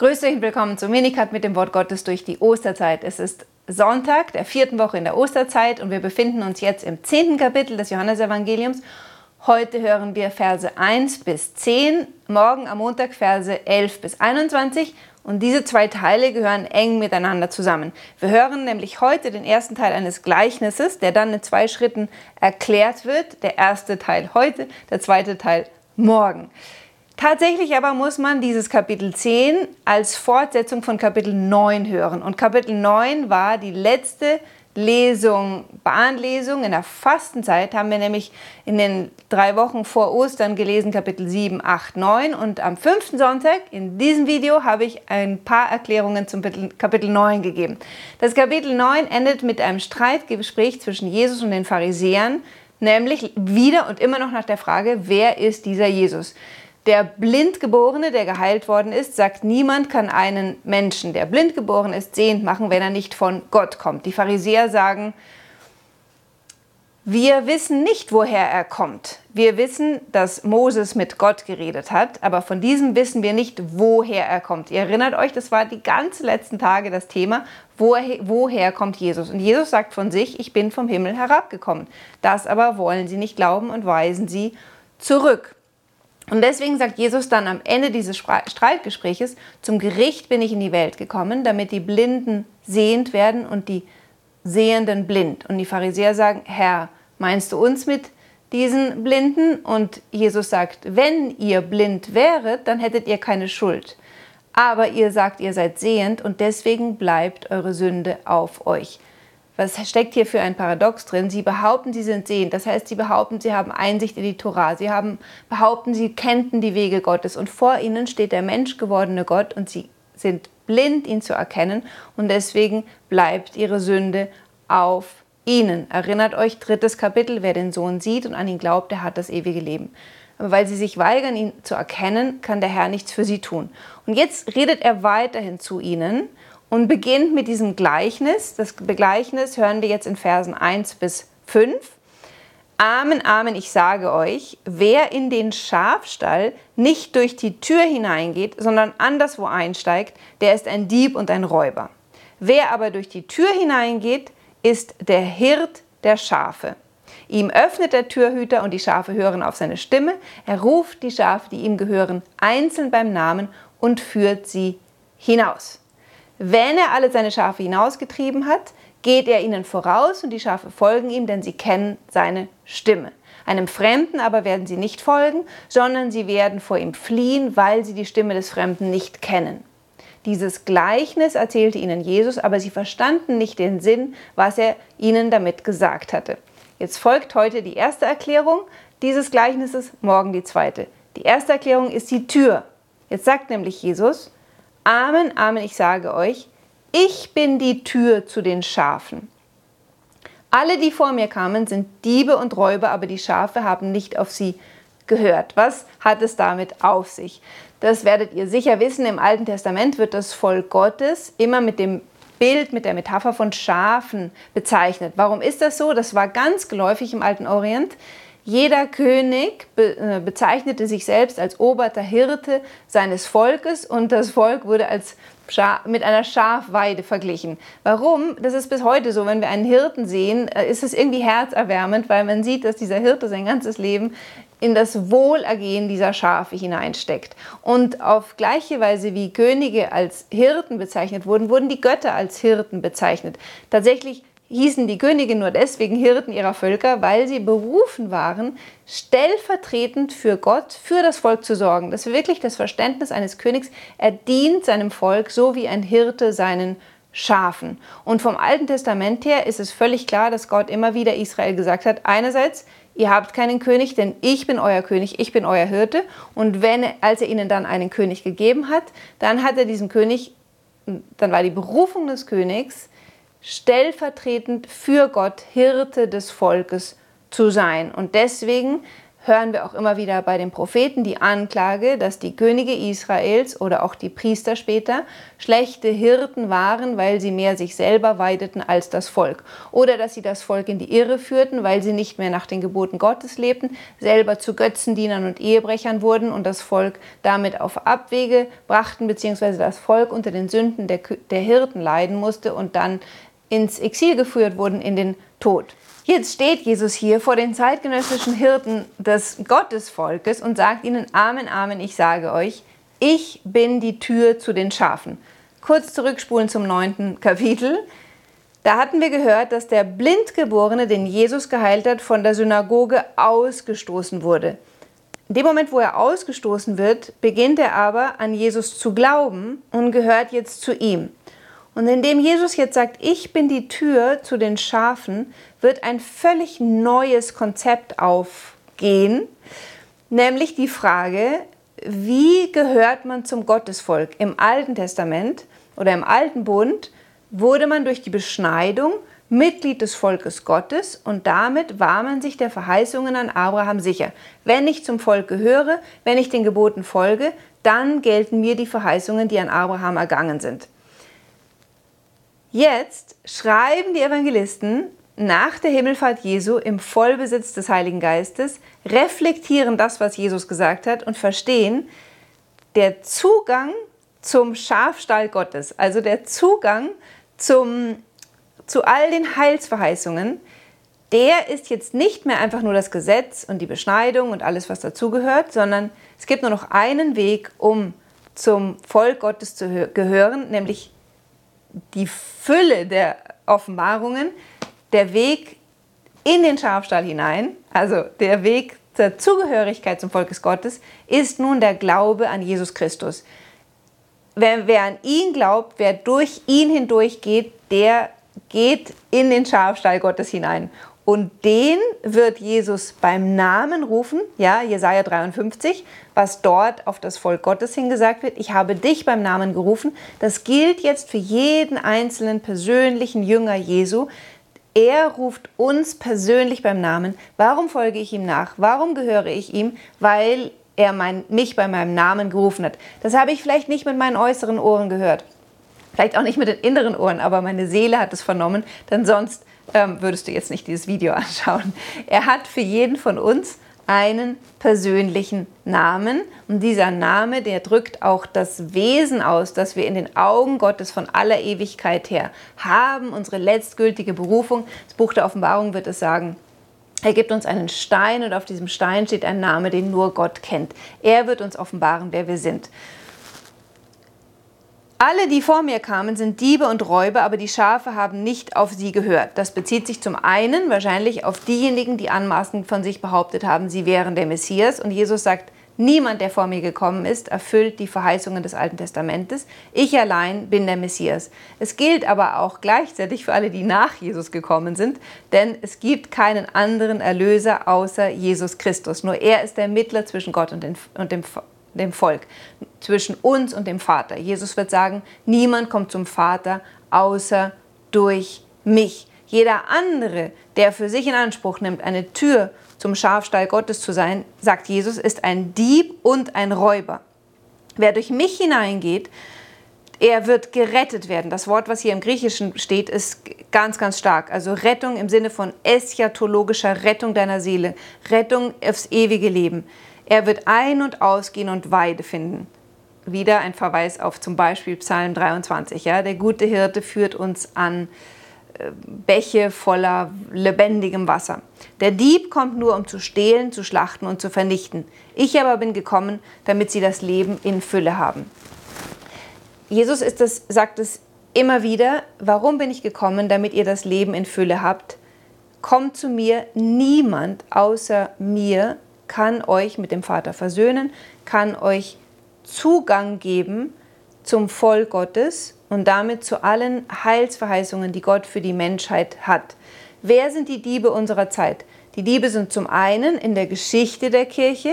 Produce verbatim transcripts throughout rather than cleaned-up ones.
Grüß euch und willkommen zu Minikat mit dem Wort Gottes durch die Osterzeit. Es ist Sonntag der vierten Woche in der Osterzeit und wir befinden uns jetzt im zehnten Kapitel des Johannesevangeliums. Heute hören wir Verse eins bis zehn, morgen am Montag Verse elf bis einundzwanzig und diese zwei Teile gehören eng miteinander zusammen. Wir hören nämlich heute den ersten Teil eines Gleichnisses, der dann in zwei Schritten erklärt wird. Der erste Teil heute, der zweite Teil morgen. Tatsächlich aber muss man dieses Kapitel zehn als Fortsetzung von Kapitel neun hören. Und Kapitel neun war die letzte Lesung, Bahnlesung. In der Fastenzeit haben wir nämlich in den drei Wochen vor Ostern gelesen Kapitel sieben, acht, neun. Und am fünften Sonntag in diesem Video habe ich ein paar Erklärungen zum Kapitel neun gegeben. Das Kapitel neun endet mit einem Streitgespräch zwischen Jesus und den Pharisäern, nämlich wieder und immer noch nach der Frage, wer ist dieser Jesus? Der Blindgeborene, der geheilt worden ist, sagt, niemand kann einen Menschen, der blind geboren ist, sehend machen, wenn er nicht von Gott kommt. Die Pharisäer sagen, wir wissen nicht, woher er kommt. Wir wissen, dass Moses mit Gott geredet hat, aber von diesem wissen wir nicht, woher er kommt. Ihr erinnert euch, das war die ganz letzten Tage das Thema, woher, woher kommt Jesus? Und Jesus sagt von sich, ich bin vom Himmel herabgekommen. Das aber wollen sie nicht glauben und weisen sie zurück. Und deswegen sagt Jesus dann am Ende dieses Streitgespräches, zum Gericht bin ich in die Welt gekommen, damit die Blinden sehend werden und die Sehenden blind. Und die Pharisäer sagen, Herr, meinst du uns mit diesen Blinden? Und Jesus sagt, wenn ihr blind wäret, dann hättet ihr keine Schuld. Aber ihr sagt, ihr seid sehend und deswegen bleibt eure Sünde auf euch. Was steckt hier für ein Paradox drin? Sie behaupten, sie sind sehend. Das heißt, sie behaupten, sie haben Einsicht in die Tora. Sie haben, behaupten, sie kennten die Wege Gottes. Und vor ihnen steht der menschgewordene Gott und sie sind blind, ihn zu erkennen. Und deswegen bleibt ihre Sünde auf ihnen. Erinnert euch, drittes Kapitel, wer den Sohn sieht und an ihn glaubt, der hat das ewige Leben. Aber weil sie sich weigern, ihn zu erkennen, kann der Herr nichts für sie tun. Und jetzt redet er weiterhin zu ihnen und beginnt mit diesem Gleichnis. Das Gleichnis hören wir jetzt in Versen eins bis fünf. Amen, Amen, ich sage euch, wer in den Schafstall nicht durch die Tür hineingeht, sondern anderswo einsteigt, der ist ein Dieb und ein Räuber. Wer aber durch die Tür hineingeht, ist der Hirt der Schafe. Ihm öffnet der Türhüter und die Schafe hören auf seine Stimme. Er ruft die Schafe, die ihm gehören, einzeln beim Namen und führt sie hinaus. Wenn er alle seine Schafe hinausgetrieben hat, geht er ihnen voraus und die Schafe folgen ihm, denn sie kennen seine Stimme. Einem Fremden aber werden sie nicht folgen, sondern sie werden vor ihm fliehen, weil sie die Stimme des Fremden nicht kennen. Dieses Gleichnis erzählte ihnen Jesus, aber sie verstanden nicht den Sinn, was er ihnen damit gesagt hatte. Jetzt folgt heute die erste Erklärung dieses Gleichnisses, morgen die zweite. Die erste Erklärung ist die Tür. Jetzt sagt nämlich Jesus, Amen, Amen, ich sage euch, ich bin die Tür zu den Schafen. Alle, die vor mir kamen, sind Diebe und Räuber, aber die Schafe haben nicht auf sie gehört. Was hat es damit auf sich? Das werdet ihr sicher wissen, im Alten Testament wird das Volk Gottes immer mit dem Bild, mit der Metapher von Schafen bezeichnet. Warum ist das so? Das war ganz geläufig im Alten Orient. Jeder König be- bezeichnete sich selbst als oberster Hirte seines Volkes und das Volk wurde als Scha- mit einer Schafweide verglichen. Warum? Das ist bis heute so. Wenn wir einen Hirten sehen, ist es irgendwie herzerwärmend, weil man sieht, dass dieser Hirte sein ganzes Leben in das Wohlergehen dieser Schafe hineinsteckt. Und auf gleiche Weise wie Könige als Hirten bezeichnet wurden, wurden die Götter als Hirten bezeichnet. Tatsächlich hießen die Könige nur deswegen Hirten ihrer Völker, weil sie berufen waren, stellvertretend für Gott, für das Volk zu sorgen. Das ist wirklich das Verständnis eines Königs. Er dient seinem Volk, so wie ein Hirte seinen Schafen. Und vom Alten Testament her ist es völlig klar, dass Gott immer wieder Israel gesagt hat, einerseits, ihr habt keinen König, denn ich bin euer König, ich bin euer Hirte. Und wenn, als er ihnen dann einen König gegeben hat, dann hat er diesem König, dann war die Berufung des Königs, stellvertretend für Gott Hirte des Volkes zu sein. Und deswegen hören wir auch immer wieder bei den Propheten die Anklage, dass die Könige Israels oder auch die Priester später schlechte Hirten waren, weil sie mehr sich selber weideten als das Volk. Oder dass sie das Volk in die Irre führten, weil sie nicht mehr nach den Geboten Gottes lebten, selber zu Götzendienern und Ehebrechern wurden und das Volk damit auf Abwege brachten, beziehungsweise das Volk unter den Sünden der, der Hirten leiden musste und dann ins Exil geführt wurden, in den Tod. Jetzt steht Jesus hier vor den zeitgenössischen Hirten des Gottesvolkes und sagt ihnen, Amen, Amen, ich sage euch, ich bin die Tür zu den Schafen. Kurz zurückspulen zum neunten Kapitel. Da hatten wir gehört, dass der Blindgeborene, den Jesus geheilt hat, von der Synagoge ausgestoßen wurde. In dem Moment, wo er ausgestoßen wird, beginnt er aber an Jesus zu glauben und gehört jetzt zu ihm. Und indem Jesus jetzt sagt, ich bin die Tür zu den Schafen, wird ein völlig neues Konzept aufgehen, nämlich die Frage, wie gehört man zum Gottesvolk? Im Alten Testament oder im Alten Bund wurde man durch die Beschneidung Mitglied des Volkes Gottes und damit war man sich der Verheißungen an Abraham sicher. Wenn ich zum Volk gehöre, wenn ich den Geboten folge, dann gelten mir die Verheißungen, die an Abraham ergangen sind. Jetzt schreiben die Evangelisten nach der Himmelfahrt Jesu im Vollbesitz des Heiligen Geistes, reflektieren das, was Jesus gesagt hat und verstehen, der Zugang zum Schafstall Gottes, also der Zugang zum, zu all den Heilsverheißungen, der ist jetzt nicht mehr einfach nur das Gesetz und die Beschneidung und alles, was dazugehört, sondern es gibt nur noch einen Weg, um zum Volk Gottes zu gehören, nämlich die Fülle der Offenbarungen, der Weg in den Schafstall hinein, also der Weg zur Zugehörigkeit zum Volk Gottes, ist nun der Glaube an Jesus Christus. Wer, wer an ihn glaubt, wer durch ihn hindurch geht, der geht in den Schafstall Gottes hinein. Und den wird Jesus beim Namen rufen, ja, Jesaja dreiundfünfzig, was dort auf das Volk Gottes hingesagt wird. Ich habe dich beim Namen gerufen. Das gilt jetzt für jeden einzelnen persönlichen Jünger Jesu. Er ruft uns persönlich beim Namen. Warum folge ich ihm nach? Warum gehöre ich ihm? Weil er mein, mich bei meinem Namen gerufen hat. Das habe ich vielleicht nicht mit meinen äußeren Ohren gehört. Vielleicht auch nicht mit den inneren Ohren, aber meine Seele hat es vernommen, denn sonst ähm, würdest du jetzt nicht dieses Video anschauen. Er hat für jeden von uns einen persönlichen Namen und dieser Name, der drückt auch das Wesen aus, das wir in den Augen Gottes von aller Ewigkeit her haben, unsere letztgültige Berufung. Das Buch der Offenbarung wird es sagen. Er gibt uns einen Stein und auf diesem Stein steht ein Name, den nur Gott kennt. Er wird uns offenbaren, wer wir sind. Alle, die vor mir kamen, sind Diebe und Räuber, aber die Schafe haben nicht auf sie gehört. Das bezieht sich zum einen wahrscheinlich auf diejenigen, die anmaßend von sich behauptet haben, sie wären der Messias. Und Jesus sagt, niemand, der vor mir gekommen ist, erfüllt die Verheißungen des Alten Testamentes. Ich allein bin der Messias. Es gilt aber auch gleichzeitig für alle, die nach Jesus gekommen sind, denn es gibt keinen anderen Erlöser außer Jesus Christus. Nur er ist der Mittler zwischen Gott und, den, und dem, dem Volk, zwischen uns und dem Vater. Jesus wird sagen, niemand kommt zum Vater außer durch mich. Jeder andere, der für sich in Anspruch nimmt, eine Tür zum Schafstall Gottes zu sein, sagt Jesus, ist ein Dieb und ein Räuber. Wer durch mich hineingeht, er wird gerettet werden. Das Wort, was hier im Griechischen steht, ist ganz, ganz stark. Also Rettung im Sinne von eschatologischer Rettung deiner Seele, Rettung aufs ewige Leben. Er wird ein- und ausgehen und Weide finden. Wieder ein Verweis auf zum Beispiel Psalm dreiundzwanzig. Ja? Der gute Hirte führt uns an Bäche voller lebendigem Wasser. Der Dieb kommt nur, um zu stehlen, zu schlachten und zu vernichten. Ich aber bin gekommen, damit sie das Leben in Fülle haben. Jesus ist das, sagt es immer wieder, warum bin ich gekommen, damit ihr das Leben in Fülle habt? Kommt zu mir, niemand außer mir kann euch mit dem Vater versöhnen, kann euch Zugang geben zum Volk Gottes und damit zu allen Heilsverheißungen, die Gott für die Menschheit hat. Wer sind die Diebe unserer Zeit? Die Diebe sind zum einen in der Geschichte der Kirche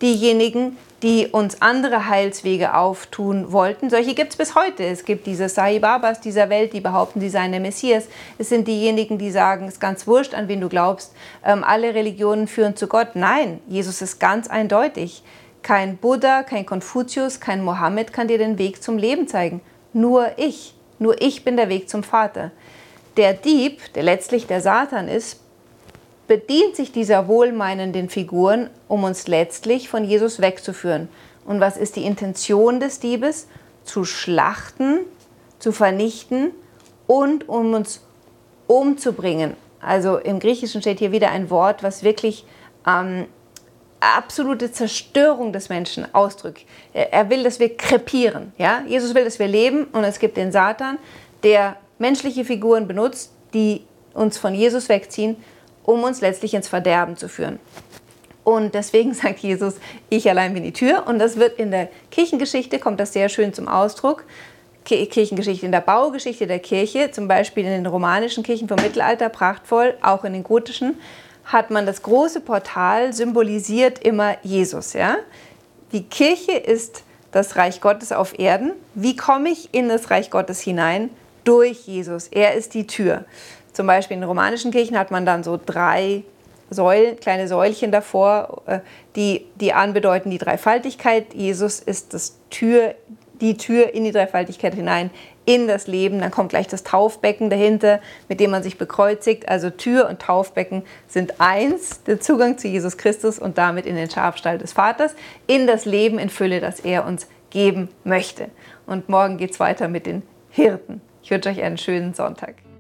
diejenigen, die uns andere Heilswege auftun wollten. Solche gibt es bis heute. Es gibt diese Sai Babas dieser Welt, die behaupten, sie seien der Messias. Es sind diejenigen, die sagen, es ist ganz wurscht, an wen du glaubst. Ähm, alle Religionen führen zu Gott. Nein, Jesus ist ganz eindeutig. Kein Buddha, kein Konfuzius, kein Mohammed kann dir den Weg zum Leben zeigen. Nur ich. Nur ich bin der Weg zum Vater. Der Dieb, der letztlich der Satan ist, bedient sich dieser wohlmeinenden Figuren, um uns letztlich von Jesus wegzuführen. Und was ist die Intention des Diebes? Zu schlachten, zu vernichten und um uns umzubringen. Also im Griechischen steht hier wieder ein Wort, was wirklich ähm, absolute Zerstörung des Menschen ausdrückt. Er will, dass wir krepieren. Ja? Jesus will, dass wir leben, und es gibt den Satan, der menschliche Figuren benutzt, die uns von Jesus wegziehen, um uns letztlich ins Verderben zu führen. Und deswegen sagt Jesus, ich allein bin die Tür. Und das wird in der Kirchengeschichte, kommt das sehr schön zum Ausdruck. Kirchengeschichte, in der Baugeschichte der Kirche, zum Beispiel in den romanischen Kirchen vom Mittelalter, prachtvoll, auch in den gotischen, hat man das große Portal, symbolisiert immer Jesus. Ja? Die Kirche ist das Reich Gottes auf Erden. Wie komme ich in das Reich Gottes hinein? Durch Jesus. Er ist die Tür. Zum Beispiel in romanischen Kirchen hat man dann so drei Säulen, kleine Säulchen davor, die, die anbedeuten die Dreifaltigkeit. Jesus ist das Tür, die Tür in die Dreifaltigkeit hinein, in das Leben. Dann kommt gleich das Taufbecken dahinter, mit dem man sich bekreuzigt. Also Tür und Taufbecken sind eins, der Zugang zu Jesus Christus und damit in den Schafstall des Vaters, in das Leben in Fülle, das er uns geben möchte. Und morgen geht es weiter mit den Hirten. Ich wünsche euch einen schönen Sonntag.